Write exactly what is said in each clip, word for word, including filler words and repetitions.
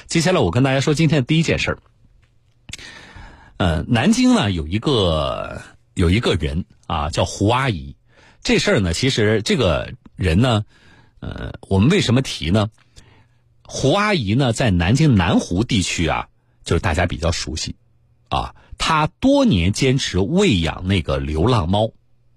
接下来我跟大家说今天的第一件事儿。呃，南京呢有一个有一个人啊，叫胡阿姨。这事儿呢，其实这个人呢，呃，我们为什么提呢？胡阿姨呢，在南京南湖地区啊，就是大家比较熟悉啊。她多年坚持喂养那个流浪猫，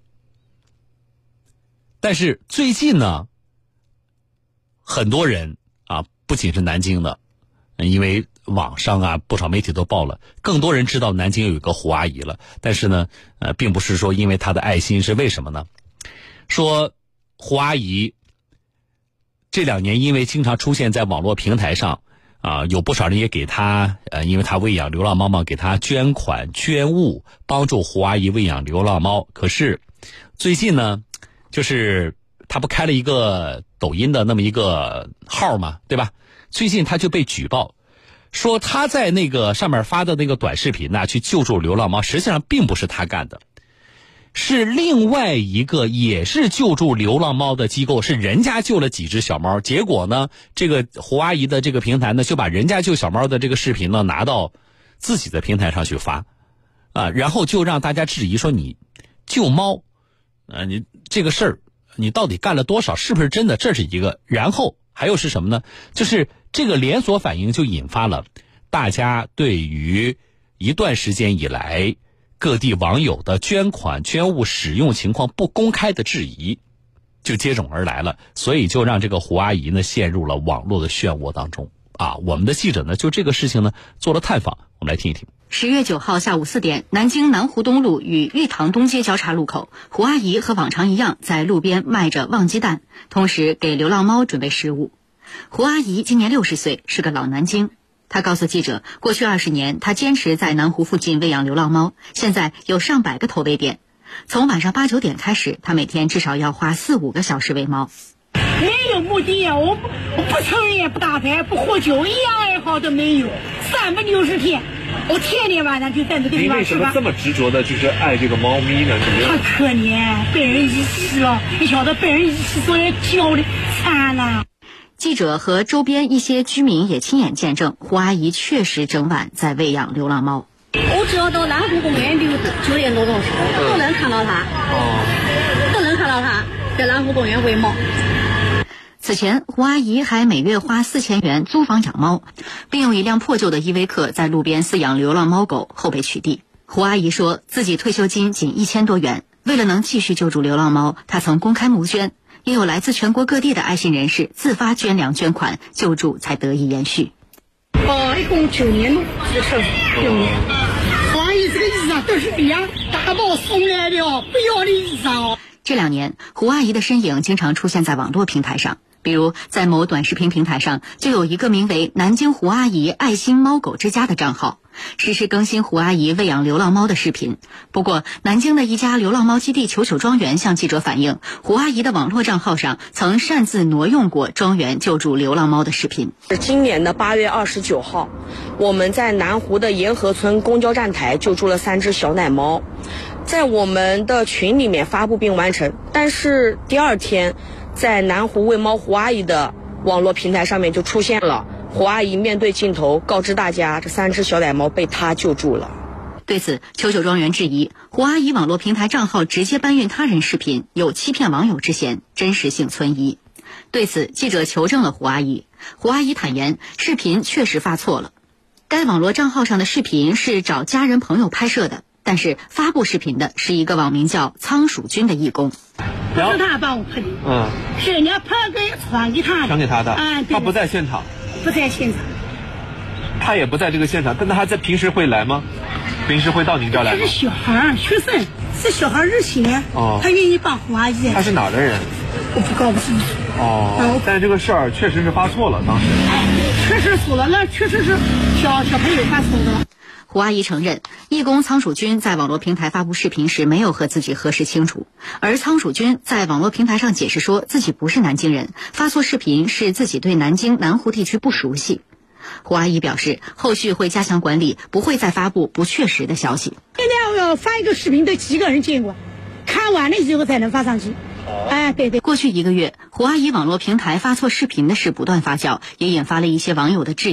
但是最近呢，很多人啊，不仅是南京的，因为网上啊不少媒体都报了，更多人知道南京有一个胡阿姨了。但是呢，呃，并不是说因为她的爱心，是为什么呢？说胡阿姨这两年因为经常出现在网络平台上啊，有不少人也给她呃，因为她喂养流浪猫嘛，给她捐款捐物，帮助胡阿姨喂养流浪猫。可是最近呢，就是她不开了一个抖音的那么一个号嘛，对吧？最近她就被举报，说她在那个上面发的那个短视频呢，去救助流浪猫，实际上并不是她干的。是另外一个也是救助流浪猫的机构，是人家救了几只小猫，结果呢，这个胡阿姨的这个平台呢，就把人家救小猫的这个视频呢拿到自己的平台上去发，啊，然后就让大家质疑说你救猫，啊，你这个事儿你到底干了多少，是不是真的？这是一个。然后还有是什么呢？就是这个连锁反应就引发了大家对于一段时间以来各地网友的捐款捐物使用情况不公开的质疑，就接踵而来了，所以就让这个胡阿姨呢陷入了网络的漩涡当中啊。我们的记者呢就这个事情呢做了探访，我们来听一听。 十月九号下午四点，南京南湖东路与玉堂东街交叉路口，胡阿姨和往常一样在路边卖着旺鸡蛋，同时给流浪猫准备食物。胡阿姨今年六十岁，是个老南京。他告诉记者，过去二十年，他坚持在南湖附近喂养流浪猫，现在有上百个投喂点。从晚上八九点开始，他每天至少要花四五个小时喂猫。 没有目的，我不我不抽烟，不打牌，不喝酒，一样爱好都没有。三百六十天，我天天晚上就在这个地方吃饭。 您为什么这么执着的，就是爱这个猫咪呢？ 它可怜，被人遗弃了，你晓得被人遗弃，所以教的惨了。 记者和周边一些居民也亲眼见证，胡阿姨确实整晚在喂养流浪猫。 我只要到南湖公园溜达，九点多钟时候都能看到她，哦，都能看到她在南湖公园喂猫。 此前，胡阿姨还每月花四千元租房养猫，并用一辆破旧的依维柯在路边饲养流浪猫狗，后被取缔。胡阿姨说自己退休金仅一千多元，为了能继续救助流浪猫，她曾公开募捐。也有来自全国各地的爱心人士自发捐粮捐款，救助才得以延续。 哦，一共九年了，这事九年。胡阿姨这个衣裳都是两大包送来的，不要的衣裳。 这两年，胡阿姨的身影经常出现在网络平台上，比如在某短视频平台上，就有一个名为“南京胡阿姨爱心猫狗之家”的账号，实时更新胡阿姨喂养流浪猫的视频。不过，南京的一家流浪猫基地球球庄园向记者反映，胡阿姨的网络账号上曾擅自挪用过庄园救助流浪猫的视频。 今年的八月二十九号，我们在南湖的沿河村公交站台救助了三只小奶猫，在我们的群里面发布并完成。但是第二天，在南湖喂猫胡阿姨的网络平台上面就出现了胡阿姨面对镜头告知大家，这三只小奶猫被她救助了。 对此，球球庄园质疑胡阿姨网络平台账号直接搬运他人视频，有欺骗网友之嫌，真实性存疑。对此，记者求证了胡阿姨，胡阿姨坦言，视频确实发错了。该网络账号上的视频是找家人朋友拍摄的，但是发布视频的是一个网名叫仓鼠君的义工。 不是他帮我拍的， 嗯， 是人家拍给传给他的， 传给他的， 啊， 他不在现场， 不在现场， 他也不在这个现场，但他在平时会来吗？平时会到您这儿来吗？ 他是小孩学生，是小孩热心的，哦，他愿意帮胡阿姨。 他是哪儿的人？ 我不搞不清楚。 哦，但是这个事儿确实是发错了，当时。 确实错了，那确实是小小朋友发错的。 胡阿姨承认，义工仓鼠君在网络平台发布视频时没有和自己核实清楚，而仓鼠君在网络平台上解释说自己不是南京人，发错视频是自己对南京南湖地区不熟悉。胡阿姨表示，后续会加强管理，不会再发布不确实的消息。 现在我要发一个视频，得几个人见过，看完了以后才能发上去。哎，对对。 过去一个月，胡阿姨网络平台发错视频的事不断发酵，也引发了一些网友的质疑。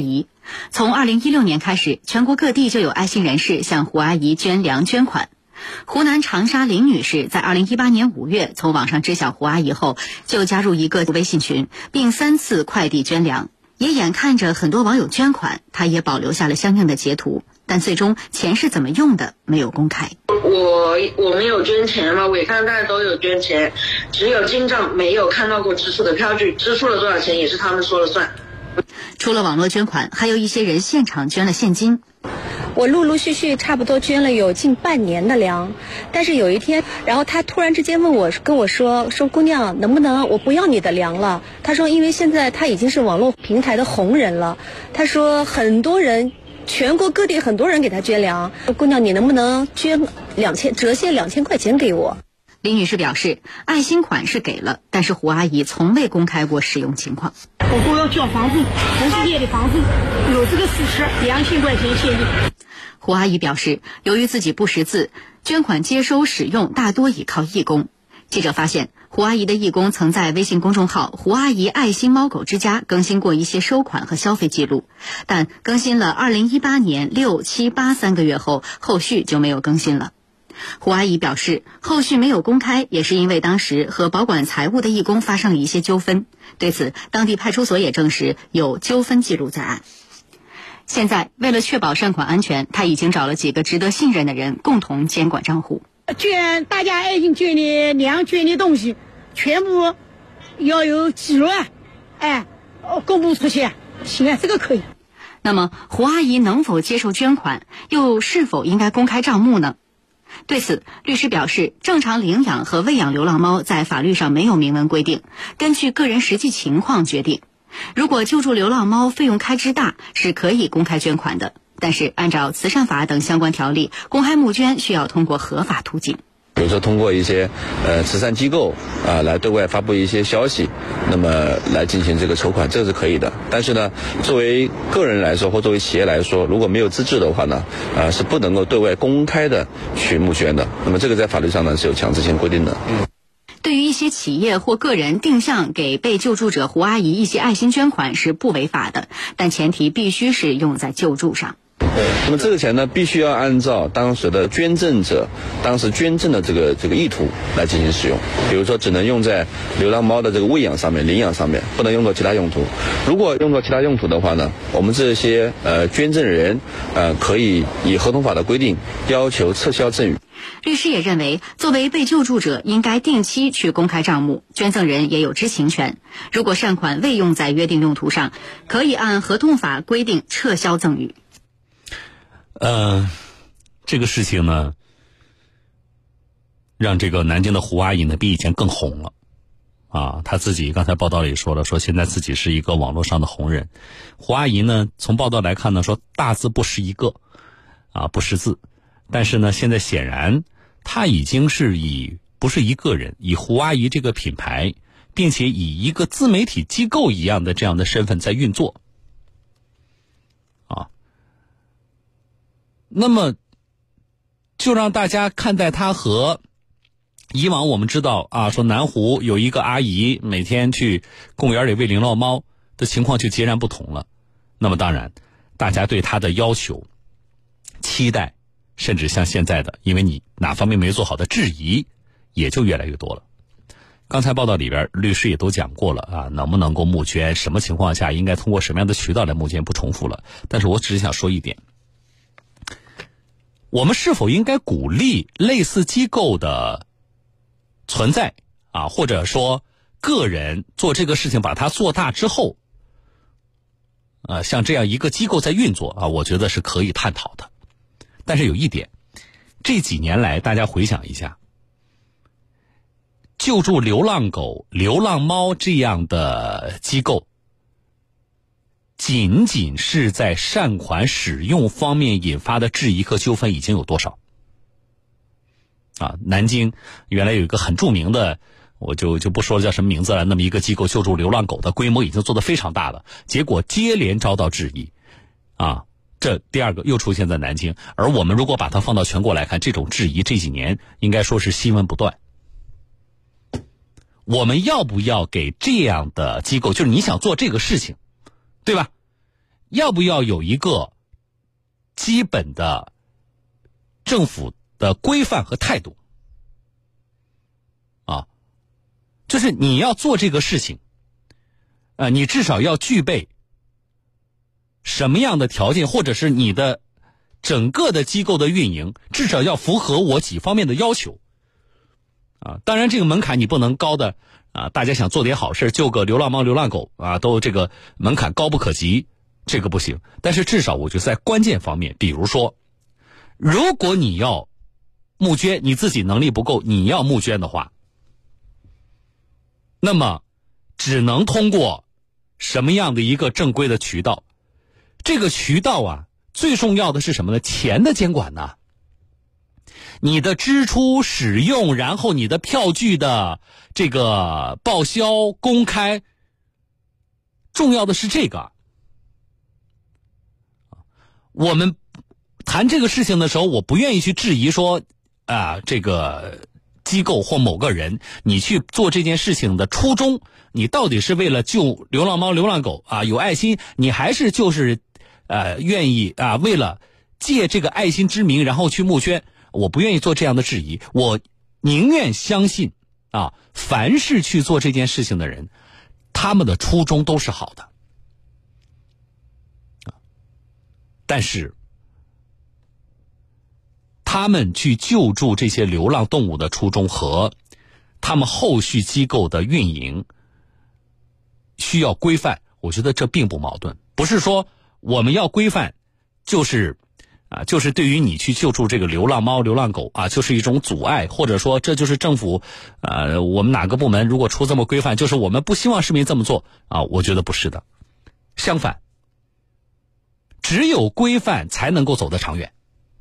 从二零一六年开始，全国各地就有爱心人士向胡阿姨捐粮捐款。湖南长沙林女士在二零一八年五月从网上知晓胡阿姨后，就加入一个微信群，并三次快递捐粮。也眼看着很多网友捐款，她也保留下了相应的截图，但最终钱是怎么用的没有公开。 我我没有捐钱嘛，我也看到大家都有捐钱，只有进账没有看到过支出的票据，支出了多少钱也是他们说了算。 除了网络捐款，还有一些人现场捐了现金。 我陆陆续续差不多捐了有近半年的粮，但是有一天，然后他突然之间问我，跟我说说姑娘，能不能我不要你的粮了？他说因为现在他已经是网络平台的红人了，他说很多人全国各地很多人给他捐粮，姑娘你能不能捐两千折现两千块钱给我？ 李女士表示，爱心款是给了，但是胡阿姨从未公开过使用情况。 我说要交房租，同事业的房租有这个事实，两千块钱现金。 胡阿姨表示，由于自己不识字，捐款接收使用大多倚靠义工。记者发现，胡阿姨的义工曾在微信公众号胡阿姨爱心猫狗之家更新过一些收款和消费记录，但更新了二零一八年六七八三个月后，后续就没有更新了。胡阿姨表示，后续没有公开也是因为当时和保管财物的义工发生了一些纠纷，对此当地派出所也证实有纠纷记录在案。现在为了确保善款安全，他已经找了几个值得信任的人共同监管账户。 捐大家爱心捐的粮捐的东西全部要有记录，哎，公布出去，行啊，这个可以。 那么胡阿姨能否接受捐款，又是否应该公开账目呢？对此，律师表示，正常领养和喂养流浪猫在法律上没有明文规定，根据个人实际情况决定。如果救助流浪猫费用开支大，是可以公开捐款的，但是按照慈善法等相关条例，公开募捐需要通过合法途径。 比如说通过一些呃慈善机构啊、呃、来对外发布一些消息，那么来进行这个筹款，这是可以的。但是呢，作为个人来说或作为企业来说，如果没有资质的话呢，啊、呃、是不能够对外公开的去募捐的。那么这个在法律上呢是有强制性规定的。嗯。 对于一些企业或个人定向给被救助者胡阿姨一些爱心捐款是不违法的，但前提必须是用在救助上。 那么这个钱呢，必须要按照当时的捐赠者当时捐赠的这个这个意图来进行使用。比如说，只能用在流浪猫的这个喂养上面、领养上面，不能用作其他用途。如果用作其他用途的话呢，我们这些呃捐赠人呃可以以合同法的规定要求撤销赠与。 律师也认为，作为被救助者，应该定期去公开账目，捐赠人也有知情权。如果善款未用在约定用途上，可以按合同法规定撤销赠与。 呃，这个事情呢，让这个南京的胡阿姨呢比以前更红了啊！她自己刚才报道里说了，说现在自己是一个网络上的红人。胡阿姨呢，从报道来看呢，说大字不识一个啊，不识字。但是呢，现在显然她已经是以不是一个人，以胡阿姨这个品牌，并且以一个自媒体机构一样的这样的身份在运作啊。那么就让大家看待她和以往我们知道啊，说南湖有一个阿姨每天去公园里喂流浪猫的情况就截然不同了。那么当然大家对她的要求、期待，甚至像现在的因为你哪方面没做好的质疑也就越来越多了。刚才报道里边律师也都讲过了啊，能不能够募捐，什么情况下应该通过什么样的渠道来募捐，不重复了。但是我只是想说一点，我们是否应该鼓励类似机构的存在啊，或者说个人做这个事情把它做大之后啊，像这样一个机构在运作啊，我觉得是可以探讨的。但是有一点，这几年来大家回想一下，救助流浪狗、流浪猫这样的机构仅仅是在善款使用方面引发的质疑和纠纷已经有多少啊？南京原来有一个很著名的，我就就不说了叫什么名字了，那么一个机构救助流浪狗的规模已经做得非常大了，结果接连遭到质疑啊。这第二个又出现在南京，而我们如果把它放到全国来看，这种质疑这几年应该说是新闻不断。我们要不要给这样的机构，就是你想做这个事情，对吧？ 要不要有一个基本的政府的规范和态度啊？就是你要做这个事情，啊，你至少要具备什么样的条件，或者是你的整个的机构的运营至少要符合我几方面的要求啊。当然这个门槛你不能高的啊，大家想做点好事救个流浪猫流浪狗啊，都这个门槛高不可及，这个不行。但是至少我觉得在关键方面，比如说如果你要募捐，你自己能力不够，你要募捐的话，那么只能通过什么样的一个正规的渠道？这个渠道啊，最重要的是什么呢？钱的监管呢？你的支出、使用，然后你的票据的这个报销、公开，重要的是这个。我们谈这个事情的时候，我不愿意去质疑说啊，这个机构或某个人，你去做这件事情的初衷，你到底是为了救流浪猫、流浪狗啊，有爱心，你还是就是呃愿意啊，为了借这个爱心之名然后去募捐？我不愿意做这样的质疑，我宁愿相信啊，凡是去做这件事情的人，他们的初衷都是好的。但是他们去救助这些流浪动物的初衷和他们后续机构的运营需要规范，我觉得这并不矛盾。不是说我们要规范就是啊，就是对于你去救助这个流浪猫、流浪狗啊，就是一种阻碍，或者说这就是政府呃，我们哪个部门如果出这么规范，就是我们不希望市民这么做啊，我觉得不是的。相反，只有规范才能够走得长远，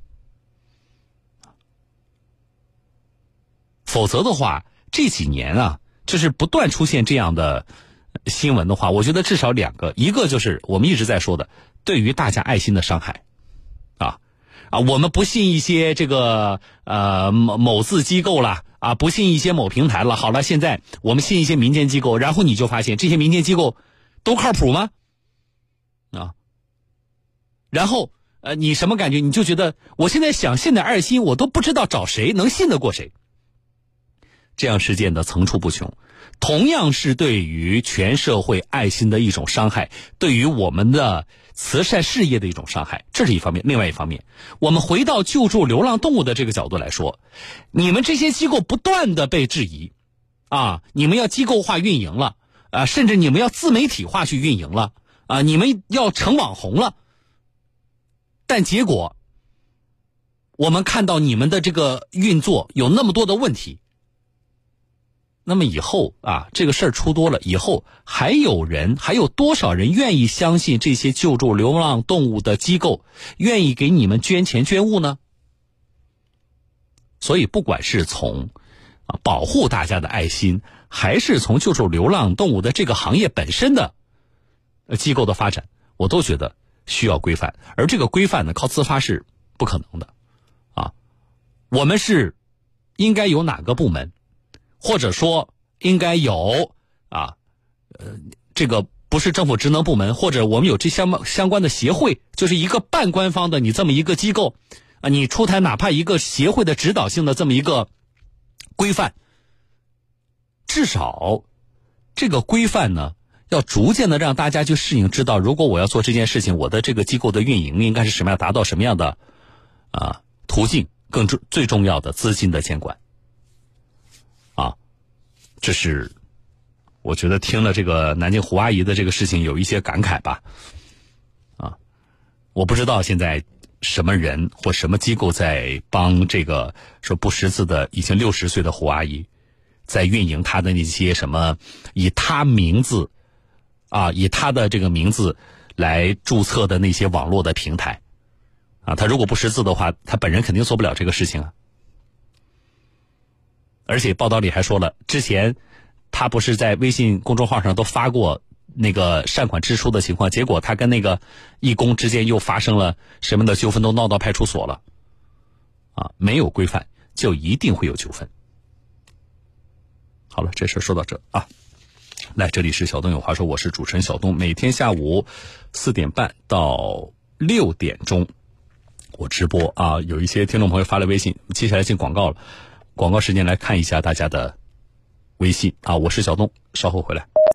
否则的话，这几年啊，就是不断出现这样的新闻的话，我觉得至少两个，一个就是我们一直在说的，对于大家爱心的伤害，啊啊，我们不信一些这个呃某某字机构了啊，不信一些某平台了，好了，现在我们信一些民间机构，然后你就发现这些民间机构都靠谱吗？啊，然后呃，你什么感觉？你就觉得我现在想献点爱心，我都不知道找谁能信得过谁。这样事件的层出不穷，同样是对于全社会爱心的一种伤害，对于我们的慈善事业的一种伤害，这是一方面。另外一方面，我们回到救助流浪动物的这个角度来说，你们这些机构不断的被质疑啊，你们要机构化运营了啊，甚至你们要自媒体化去运营了啊，你们要成网红了，但结果我们看到你们的这个运作有那么多的问题，那么以后啊，这个事儿出多了以后，还有人还有多少人愿意相信这些救助流浪动物的机构愿意给你们捐钱捐物呢？所以不管是从啊保护大家的爱心，还是从救助流浪动物的这个行业本身的机构的发展，我都觉得需要规范。而这个规范呢，靠自发是不可能的啊。我们是应该有哪个部门，或者说应该有啊，呃，这个不是政府职能部门，或者我们有这相相关的协会，就是一个半官方的你这么一个机构啊，你出台哪怕一个协会的指导性的这么一个规范，至少这个规范呢，要逐渐的让大家去适应，知道如果我要做这件事情，我的这个机构的运营应该是什么样，达到什么样的啊途径，更重最重要的资金的监管。啊，这是我觉得听了这个南京胡阿姨的这个事情有一些感慨吧。啊，我不知道现在什么人或什么机构在帮这个说不识字的已经六十岁的胡阿姨，在运营她的那些什么以她名字啊，以她的这个名字来注册的那些网络的平台啊，她如果不识字的话，她本人肯定做不了这个事情啊。而且报道里还说了，之前他不是在微信公众号上都发过那个善款支出的情况，结果他跟那个义工之间又发生了什么的纠纷，都闹到派出所了啊！没有规范就一定会有纠纷。好了，这事说到这啊。 来，这里是小东有话说，我是主持人小东。每天下午四点半到六点钟，我直播啊。有一些听众朋友发了微信，接下来进广告了，广告时间来看一下大家的微信啊。我是小东，稍后回来。